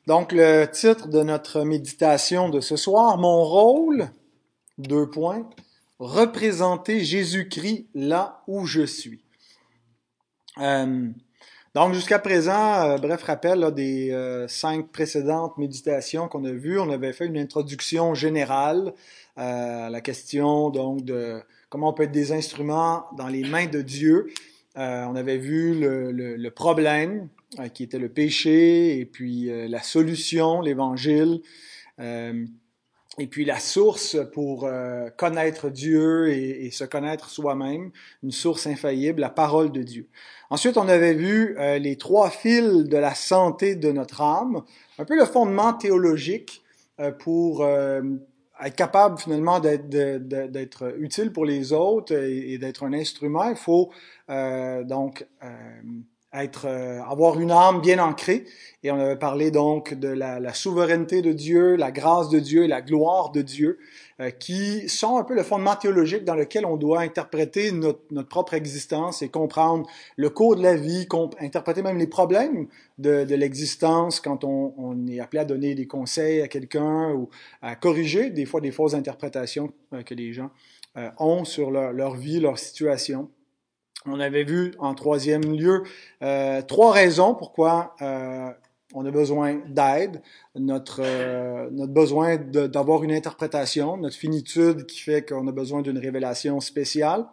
Donc, le titre de notre méditation de ce soir, mon rôle, deux points, représenter Jésus-Christ là où je suis. Euh, donc, jusqu'à présent, bref rappel là, des 5 précédentes méditations qu'on a vues, on avait fait une introduction générale à la question donc de comment on peut être des instruments dans les mains de Dieu. On avait vu le problème qui était le péché, et puis la solution, l'Évangile, euh, et puis la source pour connaître Dieu et se connaître soi-même, une source infaillible, la parole de Dieu. Ensuite, on avait vu les 3 fils de la santé de notre âme, un peu le fondement théologique pour être capable finalement d'être utile pour les autres et d'être un instrument. Il faut donc avoir une âme bien ancrée. Et on avait parlé donc de la souveraineté de Dieu, la grâce de Dieu et la gloire de Dieu, qui sont un peu le fondement théologique dans lequel on doit interpréter notre propre existence et comprendre le cours de la vie, interpréter même les problèmes de l'existence quand on est appelé à donner des conseils à quelqu'un ou à corriger des fois des fausses interprétations que les gens ont sur leur vie, leur situation. On avait vu en troisième lieu 3 raisons pourquoi on a besoin d'aide, notre besoin d'avoir une interprétation, notre finitude qui fait qu'on a besoin d'une révélation spéciale,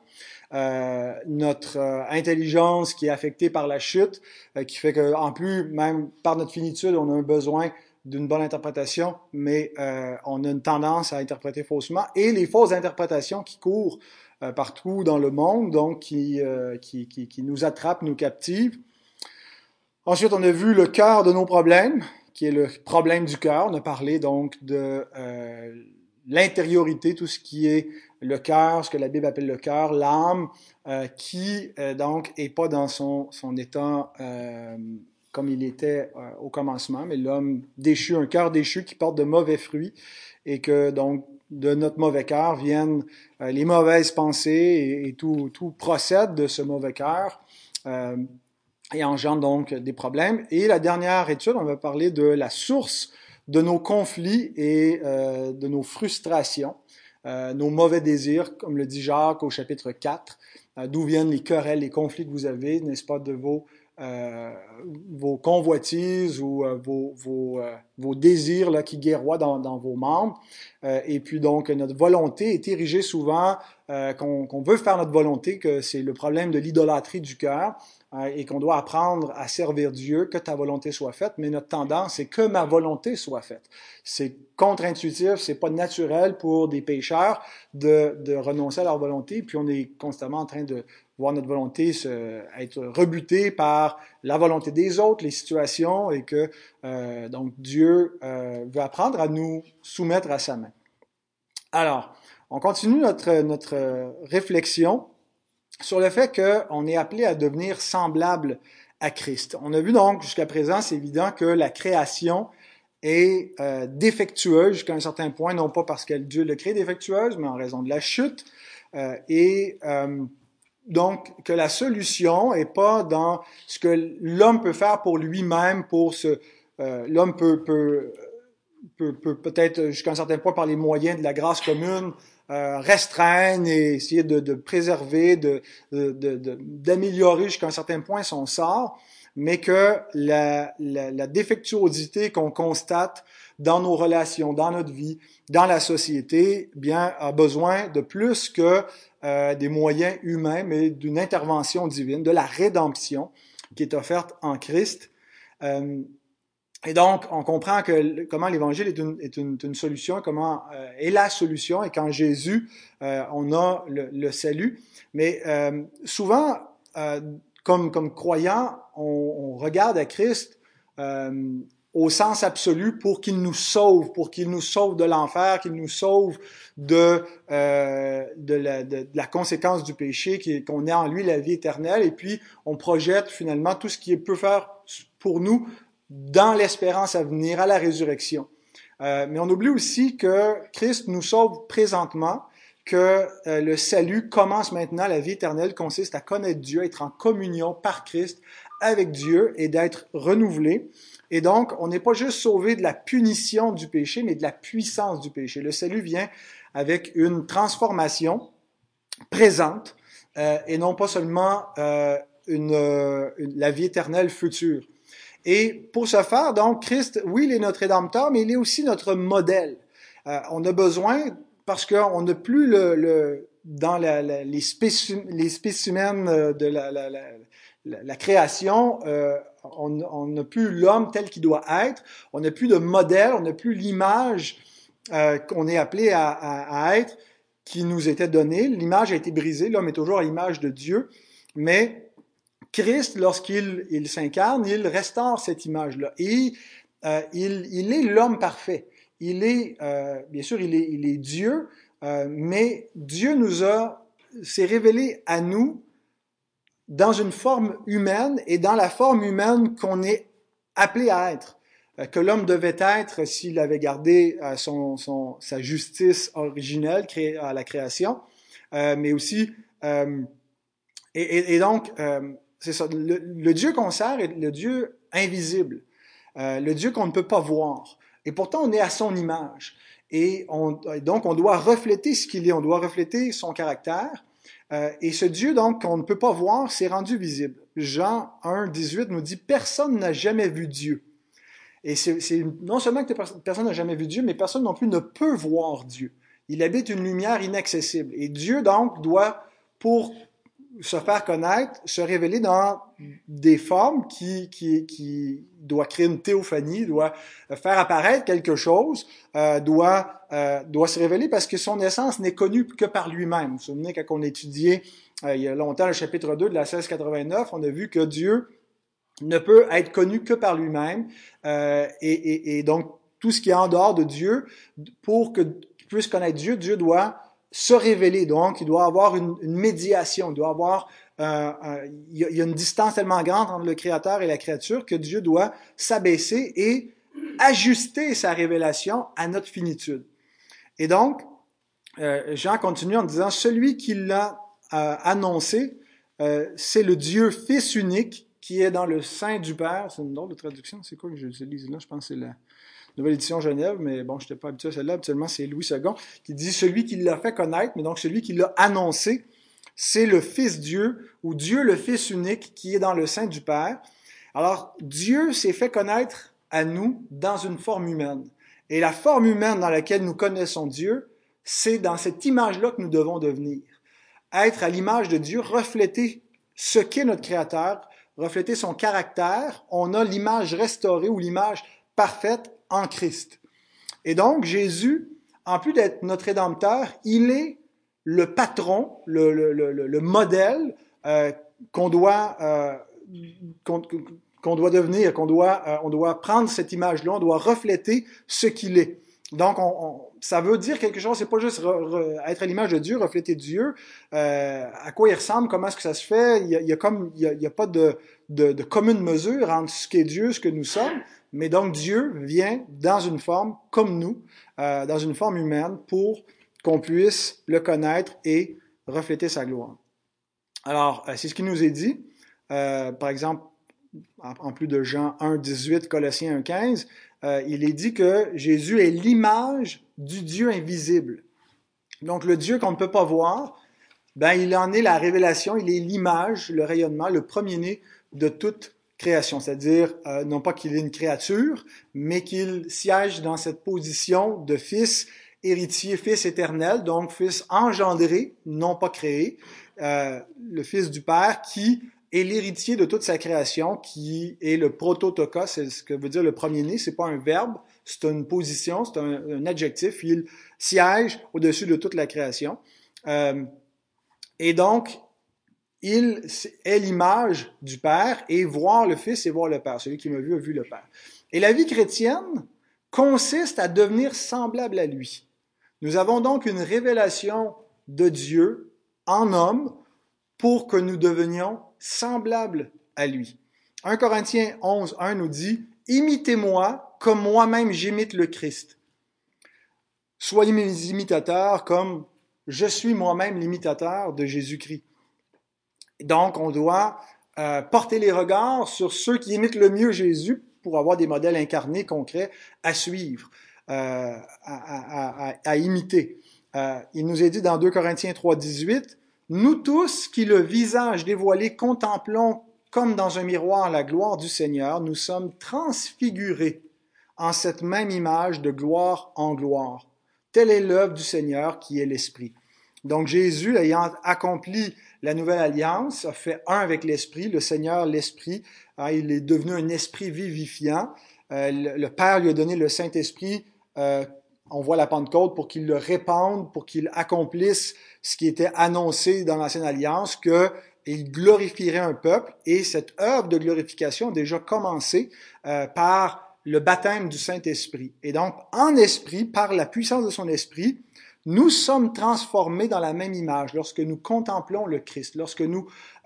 notre intelligence qui est affectée par la chute, qui fait qu'en plus, même par notre finitude, on a un besoin d'une bonne interprétation, mais on a une tendance à interpréter faussement, et les fausses interprétations qui courent partout dans le monde, donc qui nous attrapent, nous captivent. Ensuite, on a vu le cœur de nos problèmes, qui est le problème du cœur. On a parlé donc de l'intériorité, tout ce qui est le cœur, ce que la Bible appelle le cœur, l'âme, qui donc est pas dans son état comme il était au commencement, mais l'homme déchu, un cœur déchu qui porte de mauvais fruits, et que donc de notre mauvais cœur viennent les mauvaises pensées, et tout procède de ce mauvais cœur et engendre donc des problèmes. Et la dernière étude, on va parler de la source de nos conflits et de nos frustrations, nos mauvais désirs, comme le dit Jacques au chapitre 4, d'où viennent les querelles, les conflits que vous avez, n'est-ce pas, de vos convoitises ou vos désirs là, qui guerroient dans vos membres. Et puis donc, notre volonté est érigée souvent, qu'on veut faire notre volonté, que c'est le problème de l'idolâtrie du cœur, et qu'on doit apprendre à servir Dieu, que ta volonté soit faite, mais notre tendance, c'est que ma volonté soit faite. C'est contre-intuitif, c'est pas naturel pour des pécheurs de renoncer à leur volonté, puis on est constamment en train de voir notre volonté être rebutée par la volonté des autres, les situations, et que donc Dieu veut apprendre à nous soumettre à sa main. Alors, on continue notre réflexion sur le fait qu'on est appelé à devenir semblable à Christ. On a vu donc jusqu'à présent, c'est évident que la création est défectueuse jusqu'à un certain point, non pas parce que Dieu l'a créée défectueuse, mais en raison de la chute. Donc, que la solution est pas dans ce que l'homme peut faire pour lui-même, l'homme peut-être jusqu'à un certain point par les moyens de la grâce commune restreindre et essayer de préserver, d'améliorer jusqu'à un certain point son sort, mais que la défectuosité qu'on constate dans nos relations, dans notre vie, dans la société, bien a besoin de plus que des moyens humains, mais d'une intervention divine, de la rédemption qui est offerte en Christ. Et donc, on comprend comment l'Évangile est une solution, comment est la solution, et qu'en Jésus, on a le salut. Mais souvent, comme croyants, on regarde à Christ au sens absolu pour qu'il nous sauve de l'enfer, qu'il nous sauve de la conséquence du péché, qu'on ait en lui la vie éternelle, et puis on projette finalement tout ce qu'il peut faire pour nous dans l'espérance à venir, à la résurrection. Mais on oublie aussi que Christ nous sauve présentement, que le salut commence maintenant, la vie éternelle consiste à connaître Dieu, être en communion par Christ avec Dieu et d'être renouvelé. Et donc, on n'est pas juste sauvé de la punition du péché, mais de la puissance du péché. Le salut vient avec une transformation présente et non pas seulement la vie éternelle future. Et pour ce faire, donc, Christ, oui, il est notre Rédempteur, mais il est aussi notre modèle. On a besoin, parce qu'on n'a plus dans les spécimens de la création, on n'a plus l'homme tel qu'il doit être, on n'a plus de modèle, on n'a plus l'image qu'on est appelé à être, qui nous était donnée. L'image a été brisée, l'homme est toujours à l'image de Dieu, mais Christ, lorsqu'il s'incarne, il restaure cette image-là. Et il est l'homme parfait. Il est, bien sûr, il est Dieu, mais Dieu s'est révélé à nous dans une forme humaine et dans la forme humaine qu'on est appelé à être, que l'homme devait être s'il avait gardé sa justice originelle à la création, mais aussi, et donc, c'est ça, le Dieu qu'on sert est le Dieu invisible, le Dieu qu'on ne peut pas voir. Et pourtant, on est à son image. Et donc, on doit refléter ce qu'il est, on doit refléter son caractère. Et ce Dieu, donc, qu'on ne peut pas voir, s'est rendu visible. Jean 1, 18 nous dit « Personne n'a jamais vu Dieu ». Et c'est non seulement que personne n'a jamais vu Dieu, mais personne non plus ne peut voir Dieu. Il habite une lumière inaccessible. Et Dieu, donc, doit, pour se faire connaître, se révéler dans des formes qui doit créer une théophanie, doit faire apparaître quelque chose, doit se révéler parce que son essence n'est connue que par lui-même. Vous vous souvenez, quand on étudiait il y a longtemps le chapitre 2 de la 1689, on a vu que Dieu ne peut être connu que par lui-même, et donc tout ce qui est en dehors de Dieu, pour que tu puisses connaître Dieu, Dieu doit se révéler. Donc, il doit avoir une médiation. Il doit avoir, il y a une distance tellement grande entre le Créateur et la créature que Dieu doit s'abaisser et ajuster sa révélation à notre finitude. Et donc, Jean continue en disant, celui qui l'a annoncé, c'est le Dieu Fils unique qui est dans le sein du Père. C'est une drôle de traduction. C'est quoi que je lis là? Je pense que c'est la Nouvelle édition Genève, mais bon, je n'étais pas habitué à celle-là. Habituellement, c'est Louis II qui dit celui qui l'a fait connaître, mais donc celui qui l'a annoncé, c'est le Fils Dieu, ou Dieu le Fils unique qui est dans le sein du Père. Alors, Dieu s'est fait connaître à nous dans une forme humaine. Et la forme humaine dans laquelle nous connaissons Dieu, c'est dans cette image-là que nous devons devenir. Être à l'image de Dieu, refléter ce qu'est notre Créateur, refléter son caractère. On a l'image restaurée ou l'image parfaite en Christ. Et donc, Jésus, en plus d'être notre Rédempteur, il est le patron, le modèle qu'on doit devenir, on doit prendre cette image-là, on doit refléter ce qu'il est. Donc, ça veut dire quelque chose, c'est pas juste être à l'image de Dieu, refléter Dieu, à quoi il ressemble, comment est-ce que ça se fait, il y a pas de commune mesure entre ce qu'est Dieu, ce que nous sommes, mais donc Dieu vient dans une forme comme nous, dans une forme humaine, pour qu'on puisse le connaître et refléter sa gloire. Alors, c'est ce qui nous est dit, par exemple, en plus de Jean 1, 18, Colossiens 1, 15, il est dit que Jésus est l'image du Dieu invisible. Donc, le Dieu qu'on ne peut pas voir, ben, il en est la révélation, il est l'image, le rayonnement, le premier-né de toute création. C'est-à-dire, non pas qu'il est une créature, mais qu'il siège dans cette position de fils héritier, fils éternel, donc fils engendré, non pas créé, le fils du Père qui est l'héritier de toute sa création, qui est le prototokos, c'est ce que veut dire le premier-né, c'est pas un verbe, c'est une position, c'est un adjectif, il siège au-dessus de toute la création. Et donc, il est l'image du Père, et voir le Fils et voir le Père. Celui qui m'a vu a vu le Père. Et la vie chrétienne consiste à devenir semblable à lui. Nous avons donc une révélation de Dieu en homme pour que nous devenions semblables à lui. 1 Corinthiens 11, 1 nous dit « Imitez-moi comme moi-même j'imite le Christ. Soyez mes imitateurs comme je suis moi-même l'imitateur de Jésus-Christ. » Donc, on doit porter les regards sur ceux qui imitent le mieux Jésus pour avoir des modèles incarnés, concrets, à suivre, à imiter. Il nous est dit dans 2 Corinthiens 3,18, « Nous tous qui le visage dévoilé contemplons comme dans un miroir la gloire du Seigneur, nous sommes transfigurés en cette même image de gloire en gloire. Telle est l'œuvre du Seigneur qui est l'Esprit. » Donc Jésus, ayant accompli la nouvelle alliance, a fait un avec l'Esprit, le Seigneur, l'Esprit. Il est devenu un esprit vivifiant. Le Père lui a donné le Saint-Esprit, on voit la Pentecôte, pour qu'il le répande, pour qu'il accomplisse ce qui était annoncé dans l'Ancienne Alliance, qu'il glorifierait un peuple. Et cette œuvre de glorification a déjà commencé par le baptême du Saint-Esprit. Et donc, en esprit, par la puissance de son esprit, nous sommes transformés dans la même image lorsque nous contemplons le Christ, lorsque nous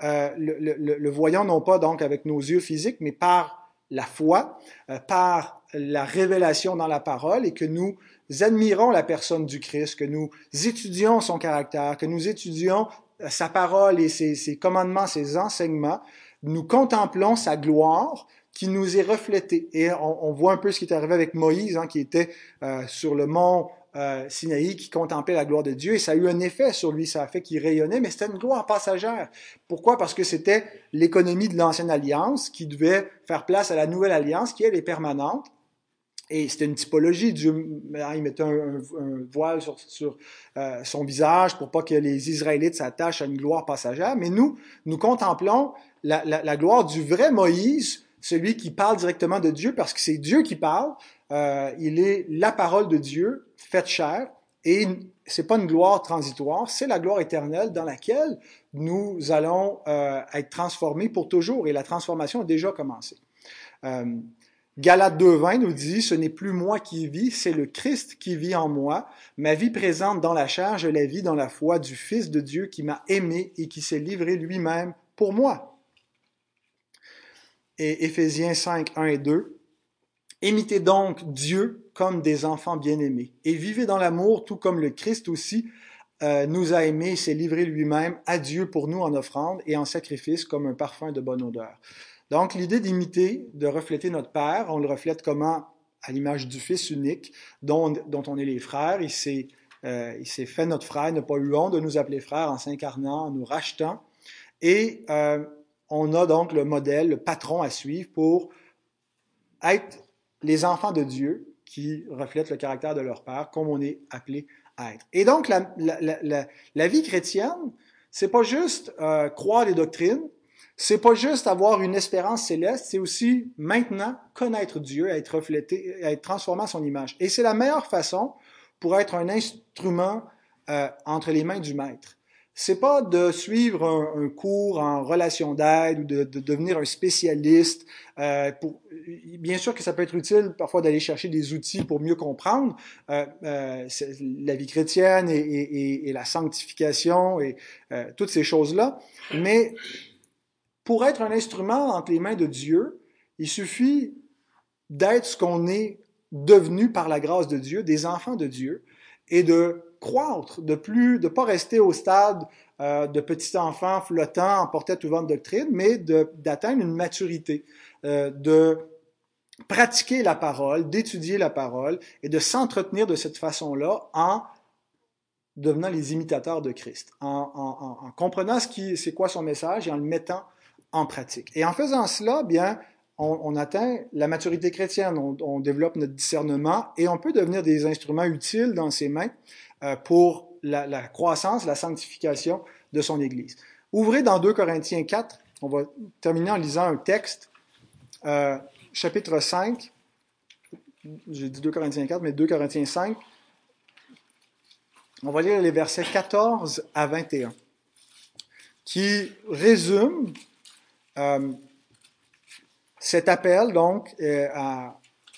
le voyons non pas donc avec nos yeux physiques, mais par la foi, par la révélation dans la parole, et que nous admirons la personne du Christ, que nous étudions son caractère, que nous étudions sa parole et ses commandements, ses enseignements. Nous contemplons sa gloire qui nous est reflétée. Et on voit un peu ce qui est arrivé avec Moïse, qui était sur le mont Sinaï, qui contemplait la gloire de Dieu, et ça a eu un effet sur lui, ça a fait qu'il rayonnait, mais c'était une gloire passagère. Pourquoi? Parce que c'était l'économie de l'ancienne alliance qui devait faire place à la nouvelle alliance, qui elle est permanente, et c'était une typologie. Dieu, il mettait un voile sur son visage pour pas que les Israélites s'attachent à une gloire passagère, mais nous contemplons la gloire du vrai Moïse, celui qui parle directement de Dieu, parce que c'est Dieu qui parle. Il est la parole de Dieu faite chair, et c'est pas une gloire transitoire, c'est la gloire éternelle dans laquelle nous allons être transformés pour toujours, et la transformation a déjà commencé. Galates 2,20 nous dit « Ce n'est plus moi qui vis, c'est le Christ qui vit en moi. Ma vie présente dans la chair, je la vis dans la foi du Fils de Dieu qui m'a aimé et qui s'est livré lui-même pour moi. » Et Éphésiens 5, 1 et 2. « Imitez donc Dieu comme des enfants bien-aimés, et vivez dans l'amour, tout comme le Christ aussi nous a aimés et s'est livré lui-même à Dieu pour nous en offrande et en sacrifice comme un parfum de bonne odeur. » Donc, l'idée d'imiter, de refléter notre Père, on le reflète comment? À l'image du Fils unique, dont on est les frères. Il s'est fait notre frère, il n'a pas eu honte de nous appeler frères en s'incarnant, en nous rachetant. Et on a donc le modèle, le patron à suivre pour être les enfants de Dieu qui reflètent le caractère de leur Père, comme on est appelé à être. Et donc, la vie chrétienne, c'est pas juste croire les doctrines, c'est pas juste avoir une espérance céleste, c'est aussi maintenant connaître Dieu, être reflété, être transformé à son image. Et c'est la meilleure façon pour être un instrument entre les mains du Maître. C'est pas de suivre un cours en relation d'aide ou de devenir un spécialiste. Bien sûr que ça peut être utile parfois d'aller chercher des outils pour mieux comprendre la vie chrétienne et la sanctification et toutes ces choses-là, mais pour être un instrument entre les mains de Dieu, il suffit d'être ce qu'on est devenu par la grâce de Dieu, des enfants de Dieu, et de croître, de pas rester au stade de petit enfant flottant en portée ou vent de doctrine, mais d'atteindre une maturité, de pratiquer la parole, d'étudier la parole et de s'entretenir de cette façon-là en devenant les imitateurs de Christ, en comprenant c'est quoi son message et en le mettant en pratique. Et en faisant cela, bien, on atteint la maturité chrétienne, on développe notre discernement et on peut devenir des instruments utiles dans ses mains pour la croissance, la sanctification de son Église. Ouvrez dans 2 Corinthiens 4, on va terminer en lisant un texte, chapitre 5, j'ai dit 2 Corinthiens 4, mais 2 Corinthiens 5, on va lire les versets 14 à 21, qui résument cet appel, donc, à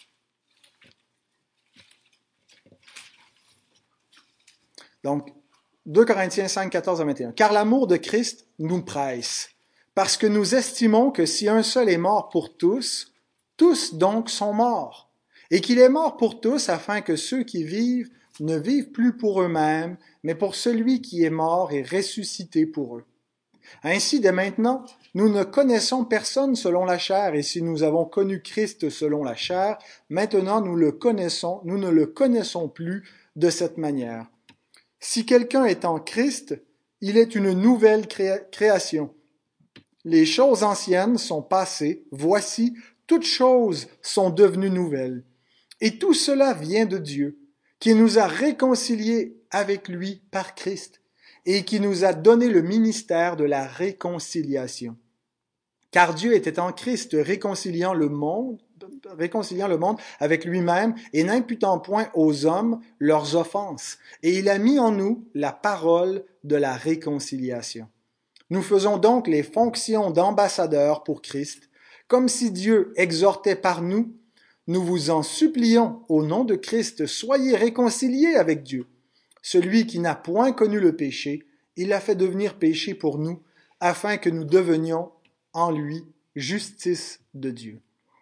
donc, 2 Corinthiens 5, 14 à 21. « Car l'amour de Christ nous presse, parce que nous estimons que si un seul est mort pour tous, tous donc sont morts, et qu'il est mort pour tous afin que ceux qui vivent ne vivent plus pour eux-mêmes, mais pour celui qui est mort et ressuscité pour eux. Ainsi, dès maintenant, nous ne connaissons personne selon la chair, et si nous avons connu Christ selon la chair, maintenant nous ne le connaissons plus de cette manière. Si quelqu'un est en Christ, il est une nouvelle création. Les choses anciennes sont passées, voici, toutes choses sont devenues nouvelles. Et tout cela vient de Dieu, qui nous a réconciliés avec lui par Christ, et qui nous a donné le ministère de la réconciliation. Car Dieu était en Christ réconciliant le monde avec lui-même et n'imputant point aux hommes leurs offenses. Et il a mis en nous la parole de la réconciliation. Nous faisons donc les fonctions d'ambassadeurs pour Christ, comme si Dieu exhortait par nous. Nous vous en supplions, au nom de Christ, soyez réconciliés avec Dieu. Celui qui n'a point connu le péché, il l'a fait devenir péché pour nous, afin que nous devenions en lui justice de Dieu.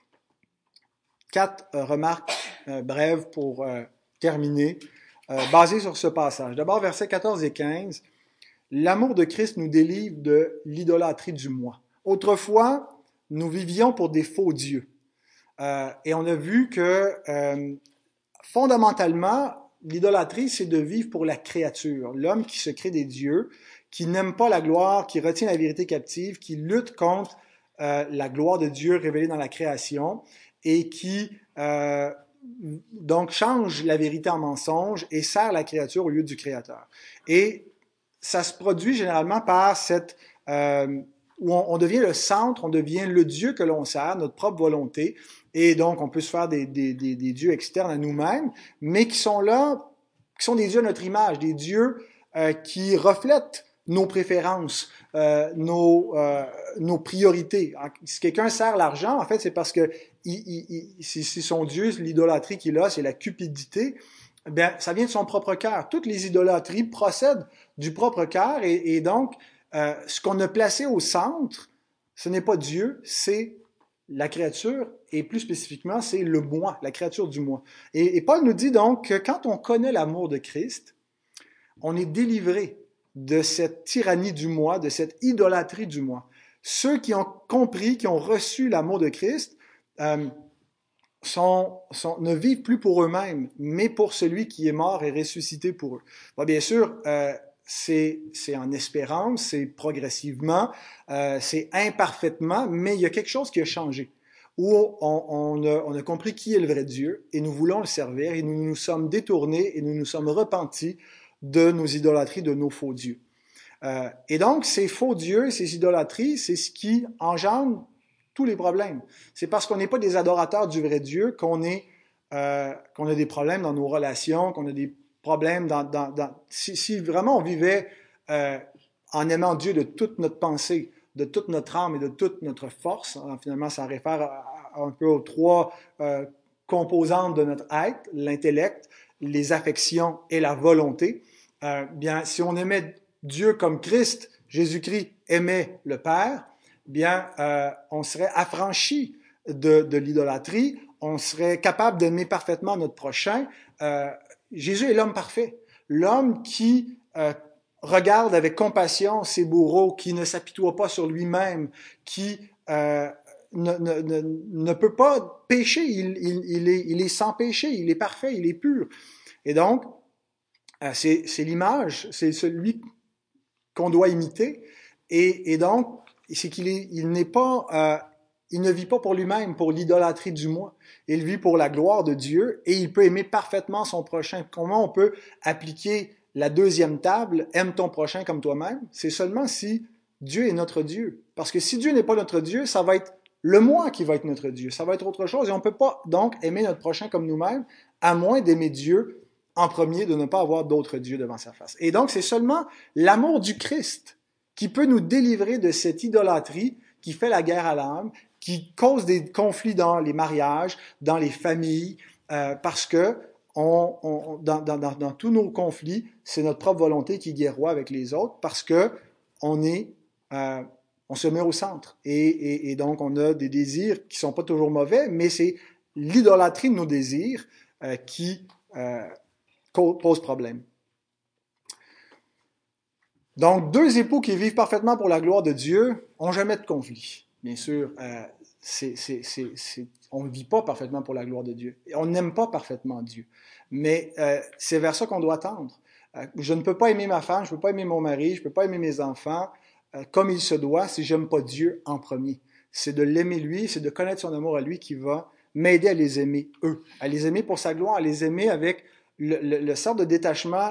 4 remarques brèves pour terminer, basées sur ce passage. D'abord, versets 14 et 15. L'amour de Christ nous délivre de l'idolâtrie du moi. Autrefois, nous vivions pour des faux dieux. Et on a vu que fondamentalement, l'idolâtrie, c'est de vivre pour la créature. L'homme qui se crée des dieux, qui n'aime pas la gloire, qui retient la vérité captive, qui lutte contre la gloire de Dieu révélée dans la création et qui donc change la vérité en mensonge et sert la créature au lieu du Créateur. Et ça se produit généralement par cette où on devient le centre, on devient le Dieu que l'on sert, notre propre volonté, et donc on peut se faire des dieux externes à nous-mêmes, mais qui sont là, qui sont des dieux à notre image, des dieux qui reflètent nos préférences, nos priorités. Si quelqu'un sert l'argent, en fait, c'est parce que c'est son Dieu, l'idolâtrie qu'il a, c'est la cupidité. Bien, ça vient de son propre cœur. Toutes les idolâtries procèdent du propre cœur et donc ce qu'on a placé au centre, ce n'est pas Dieu, c'est la créature et plus spécifiquement, c'est le moi, la créature du moi. Et Paul nous dit donc que quand on connaît l'amour de Christ, on est délivré de cette tyrannie du moi, de cette idolâtrie du moi. Ceux qui ont compris, qui ont reçu l'amour de Christ, ne vivent plus pour eux-mêmes, mais pour celui qui est mort et ressuscité pour eux. Bon, bien sûr, c'est en espérance, c'est progressivement, c'est imparfaitement, mais il y a quelque chose qui a changé, où on a compris qui est le vrai Dieu, et nous voulons le servir, et nous nous sommes détournés, et nous nous sommes repentis de nos idolâtries, de nos faux dieux. Et donc, ces faux dieux, ces idolâtries, c'est ce qui engendre tous les problèmes. C'est parce qu'on n'est pas des adorateurs du vrai Dieu qu'on a des problèmes dans nos relations, qu'on a des problèmes si vraiment on vivait en aimant Dieu de toute notre pensée, de toute notre âme et de toute notre force, alors, finalement ça réfère un peu aux trois composantes de notre être, l'intellect, les affections et la volonté. Bien, si on aimait Dieu comme Christ, Jésus-Christ aimait le Père, bien, on serait affranchi de l'idolâtrie, on serait capable d'aimer parfaitement notre prochain. Jésus est l'homme parfait, l'homme qui regarde avec compassion ses bourreaux, qui ne s'apitoie pas sur lui-même, qui ne peut pas pécher, il est sans péché, il est parfait, il est pur. Et donc, c'est l'image, c'est celui qu'on doit imiter, et donc, c'est il ne vit pas pour lui-même, pour l'idolâtrie du moi. Il vit pour la gloire de Dieu et il peut aimer parfaitement son prochain. Comment on peut appliquer la deuxième table, aime ton prochain comme toi-même? C'est seulement si Dieu est notre Dieu. Parce que si Dieu n'est pas notre Dieu, ça va être le moi qui va être notre Dieu. Ça va être autre chose et on ne peut pas donc aimer notre prochain comme nous-mêmes, à moins d'aimer Dieu en premier, de ne pas avoir d'autres dieux devant sa face. Et donc, c'est seulement l'amour du Christ qui peut nous délivrer de cette idolâtrie qui fait la guerre à l'âme, qui cause des conflits dans les mariages, dans les familles, parce que dans tous nos conflits, c'est notre propre volonté qui guerroie avec les autres, parce que on se met au centre. Et donc, on a des désirs qui sont pas toujours mauvais, mais c'est l'idolâtrie de nos désirs qui pose problème. Donc, deux époux qui vivent parfaitement pour la gloire de Dieu ont jamais de conflit. Bien sûr, on ne vit pas parfaitement pour la gloire de Dieu. On n'aime pas parfaitement Dieu. Mais c'est vers ça qu'on doit tendre. Je ne peux pas aimer ma femme, je ne peux pas aimer mon mari, je ne peux pas aimer mes enfants comme il se doit si j'aime pas Dieu en premier. C'est de l'aimer lui, c'est de connaître son amour à lui qui va m'aider à les aimer eux, à les aimer pour sa gloire, à les aimer avec le sort de détachement,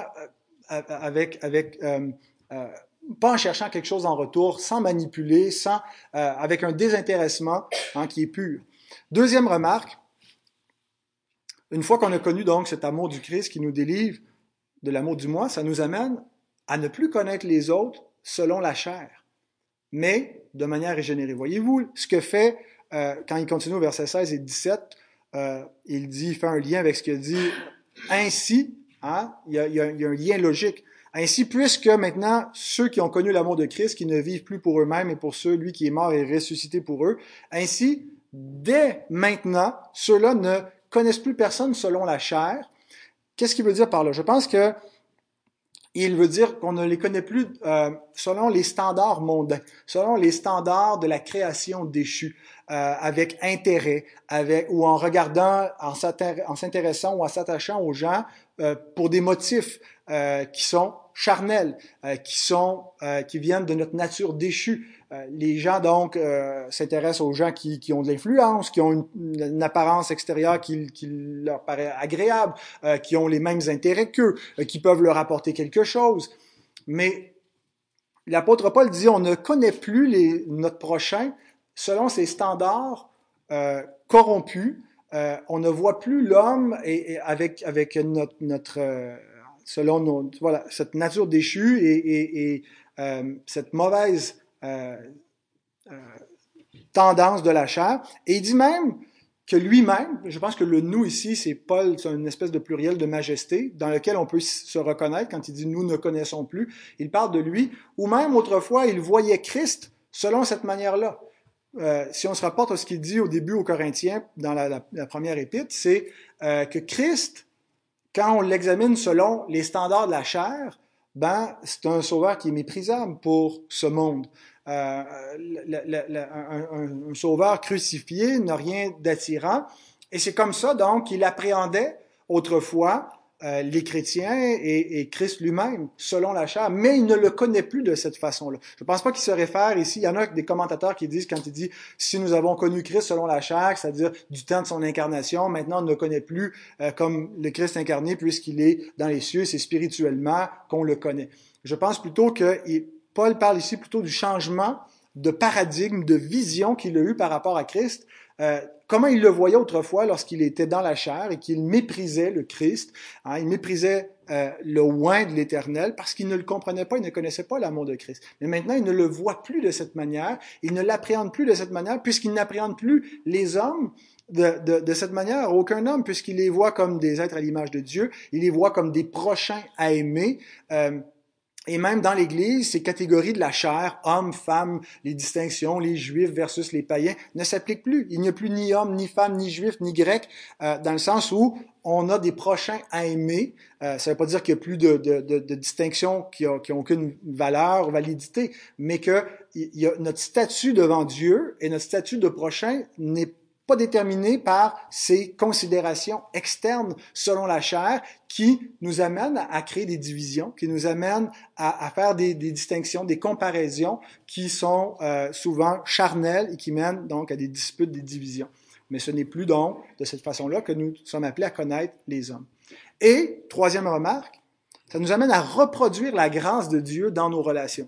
euh, pas en cherchant quelque chose en retour, sans manipuler, avec un désintéressement qui est pur. Deuxième remarque, une fois qu'on a connu donc cet amour du Christ qui nous délivre de l'amour du moi, ça nous amène à ne plus connaître les autres selon la chair, mais de manière régénérée. Voyez-vous ce que fait, quand il continue au verset 16 et 17, il fait un lien avec ce qu'il dit, ainsi, il y a un lien logique. Ainsi, puisque maintenant, ceux qui ont connu l'amour de Christ, qui ne vivent plus pour eux-mêmes, mais pour ceux, lui qui est mort et ressuscité pour eux, ainsi, dès maintenant, ceux-là ne connaissent plus personne selon la chair. Qu'est-ce qu'il veut dire par là? Je pense que il veut dire qu'on ne les connaît plus selon les standards mondains, selon les standards de la création déchue, avec intérêt, ou en regardant, en s'intéressant ou en s'attachant aux gens pour des motifs qui sont charnels, qui viennent de notre nature déchue. Les gens donc s'intéressent aux gens qui ont de l'influence, qui ont une apparence extérieure qui leur paraît agréable, qui ont les mêmes intérêts qu'eux, qui peuvent leur apporter quelque chose. Mais l'apôtre Paul dit, on ne connaît plus notre prochain selon ses standards corrompus. On ne voit plus l'homme avec selon voilà, cette nature déchue et cette mauvaise tendance de la chair. Et il dit même que lui-même, je pense que le nous ici, c'est Paul, c'est une espèce de pluriel de majesté dans lequel on peut se reconnaître quand il dit nous ne connaissons plus. Il parle de lui, ou même autrefois, il voyait Christ selon cette manière-là. Si on se rapporte à ce qu'il dit au début aux Corinthiens, dans la première épître, c'est que Christ, quand on l'examine selon les standards de la chair, c'est un sauveur qui est méprisable pour ce monde. Un sauveur crucifié n'a rien d'attirant. Et c'est comme ça, donc, qu'il appréhendait autrefois les chrétiens et Christ lui-même, selon la chair, mais il ne le connaît plus de cette façon-là. Je ne pense pas qu'il se réfère ici, il y en a des commentateurs qui disent, quand il dit « si nous avons connu Christ selon la chair », c'est-à-dire du temps de son incarnation, maintenant on ne le connaît plus comme le Christ incarné, puisqu'il est dans les cieux, c'est spirituellement qu'on le connaît. Je pense plutôt que Paul parle ici plutôt du changement de paradigme, de vision qu'il a eu par rapport à Christ, comment il le voyait autrefois lorsqu'il était dans la chair et qu'il méprisait le Christ, il méprisait le oint de l'Éternel parce qu'il ne le comprenait pas, il ne connaissait pas l'amour de Christ. Mais maintenant, il ne le voit plus de cette manière, il ne l'appréhende plus de cette manière, puisqu'il n'appréhende plus les hommes de cette manière, aucun homme, puisqu'il les voit comme des êtres à l'image de Dieu, il les voit comme des prochains à aimer. Et même dans l'Église, ces catégories de la chair, hommes, femmes, les distinctions, les juifs versus les païens, ne s'appliquent plus. Il n'y a plus ni homme, ni femme, ni juif, ni grec, dans le sens où on a des prochains à aimer. Ça ne veut pas dire qu'il n'y a plus de distinctions qui ont aucune valeur, validité, mais que notre statut devant Dieu et notre statut de prochain n'est pas déterminé par ces considérations externes selon la chair qui nous amènent à créer des divisions, qui nous amènent à faire des distinctions, des comparaisons qui sont souvent charnelles et qui mènent donc à des disputes, des divisions. Mais ce n'est plus donc de cette façon-là que nous sommes appelés à connaître les hommes. Et, troisième remarque, ça nous amène à reproduire la grâce de Dieu dans nos relations.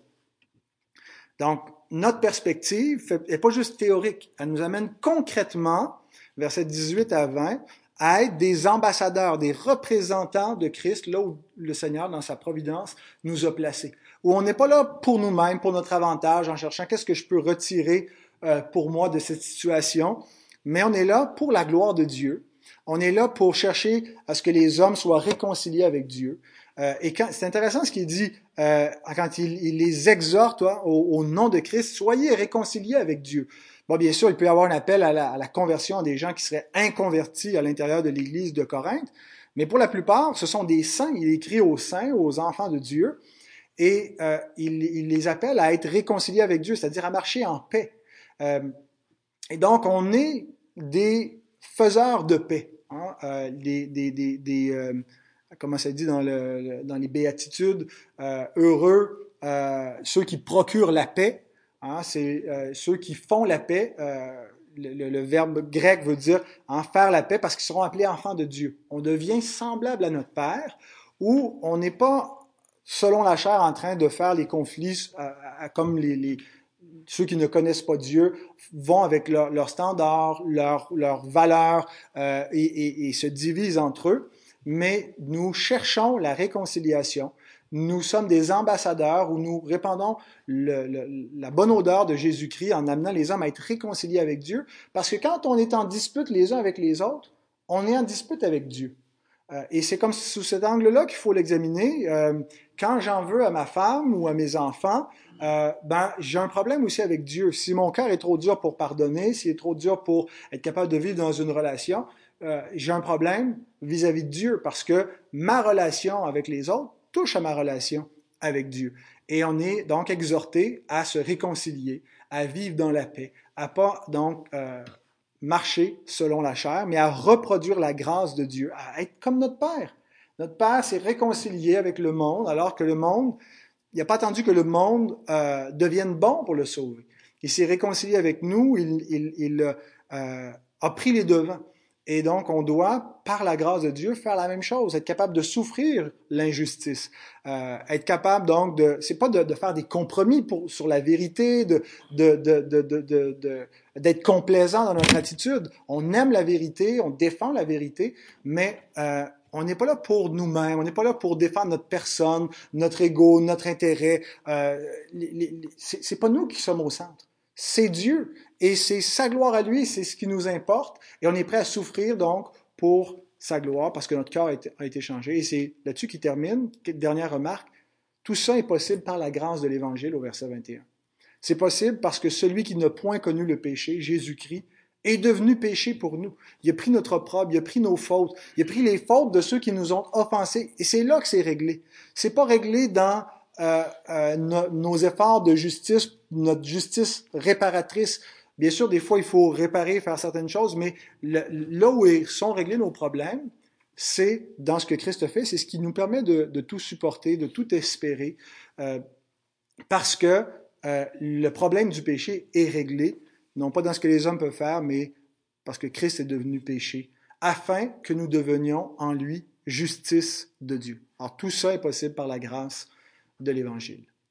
Donc, notre perspective n'est pas juste théorique, elle nous amène concrètement, versets 18 à 20, à être des ambassadeurs, des représentants de Christ, là où le Seigneur, dans sa providence, nous a placés. Où on n'est pas là pour nous-mêmes, pour notre avantage, en cherchant qu'est-ce que je peux retirer pour moi de cette situation, mais on est là pour la gloire de Dieu. On est là pour chercher à ce que les hommes soient réconciliés avec Dieu. Et c'est intéressant ce qu'il dit quand il les exhorte au nom de Christ, soyez réconciliés avec Dieu. Bon, bien sûr, il peut y avoir un appel à la conversion des gens qui seraient inconvertis à l'intérieur de l'Église de Corinthe, mais pour la plupart, ce sont des saints. Il écrit aux saints, aux enfants de Dieu. Et il les appelle à être réconciliés avec Dieu, c'est-à-dire à marcher en paix. Et donc, on est des faiseurs de paix. Hein? Comment ça dit dans les béatitudes, heureux ceux qui procurent la paix. Hein? C'est ceux qui font la paix. Le verbe grec veut dire en faire la paix parce qu'ils seront appelés enfants de Dieu. On devient semblable à notre Père, où on n'est pas selon la chair en train de faire les conflits comme ceux qui ne connaissent pas Dieu vont avec leurs standards, leurs valeurs et se divisent entre eux, mais nous cherchons la réconciliation. Nous sommes des ambassadeurs où nous répandons la bonne odeur de Jésus-Christ en amenant les hommes à être réconciliés avec Dieu, parce que quand on est en dispute les uns avec les autres, on est en dispute avec Dieu. Et c'est comme sous cet angle-là qu'il faut l'examiner. Quand j'en veux à ma femme ou à mes enfants, j'ai un problème aussi avec Dieu. Si mon cœur est trop dur pour pardonner, s'il est trop dur pour être capable de vivre dans une relation, j'ai un problème vis-à-vis de Dieu parce que ma relation avec les autres touche à ma relation avec Dieu. Et on est donc exhorté à se réconcilier, à vivre dans la paix, à pas donc marcher selon la chair, mais à reproduire la grâce de Dieu, à être comme notre Père. Notre Père s'est réconcilié avec le monde, alors que le monde, il n'a pas attendu que le monde devienne bon pour le sauver. Il s'est réconcilié avec nous, il a pris les devants. Et donc, on doit, par la grâce de Dieu, faire la même chose, être capable de souffrir l'injustice, être capable donc c'est pas de faire des compromis sur la vérité, d'être complaisant dans notre attitude. On aime la vérité, on défend la vérité, mais on n'est pas là pour nous-mêmes, on n'est pas là pour défendre notre personne, notre ego, notre intérêt. C'est pas nous qui sommes au centre. C'est Dieu et c'est sa gloire à lui, c'est ce qui nous importe et on est prêt à souffrir donc pour sa gloire parce que notre cœur a été changé et c'est là-dessus qu'il termine. Dernière remarque, tout ça est possible par la grâce de l'Évangile au verset 21. C'est possible parce que celui qui n'a point connu le péché, Jésus-Christ, est devenu péché pour nous. Il a pris notre opprobre, il a pris nos fautes, il a pris les fautes de ceux qui nous ont offensés et c'est là que c'est réglé. C'est pas réglé dans nos efforts de justice, notre justice réparatrice. Bien sûr, des fois, il faut réparer, faire certaines choses, mais là où sont réglés nos problèmes, c'est dans ce que Christ a fait, c'est ce qui nous permet de tout supporter, de tout espérer, parce que le problème du péché est réglé, non pas dans ce que les hommes peuvent faire, mais parce que Christ est devenu péché, afin que nous devenions en lui justice de Dieu. Alors tout ça est possible par la grâce de l'Évangile.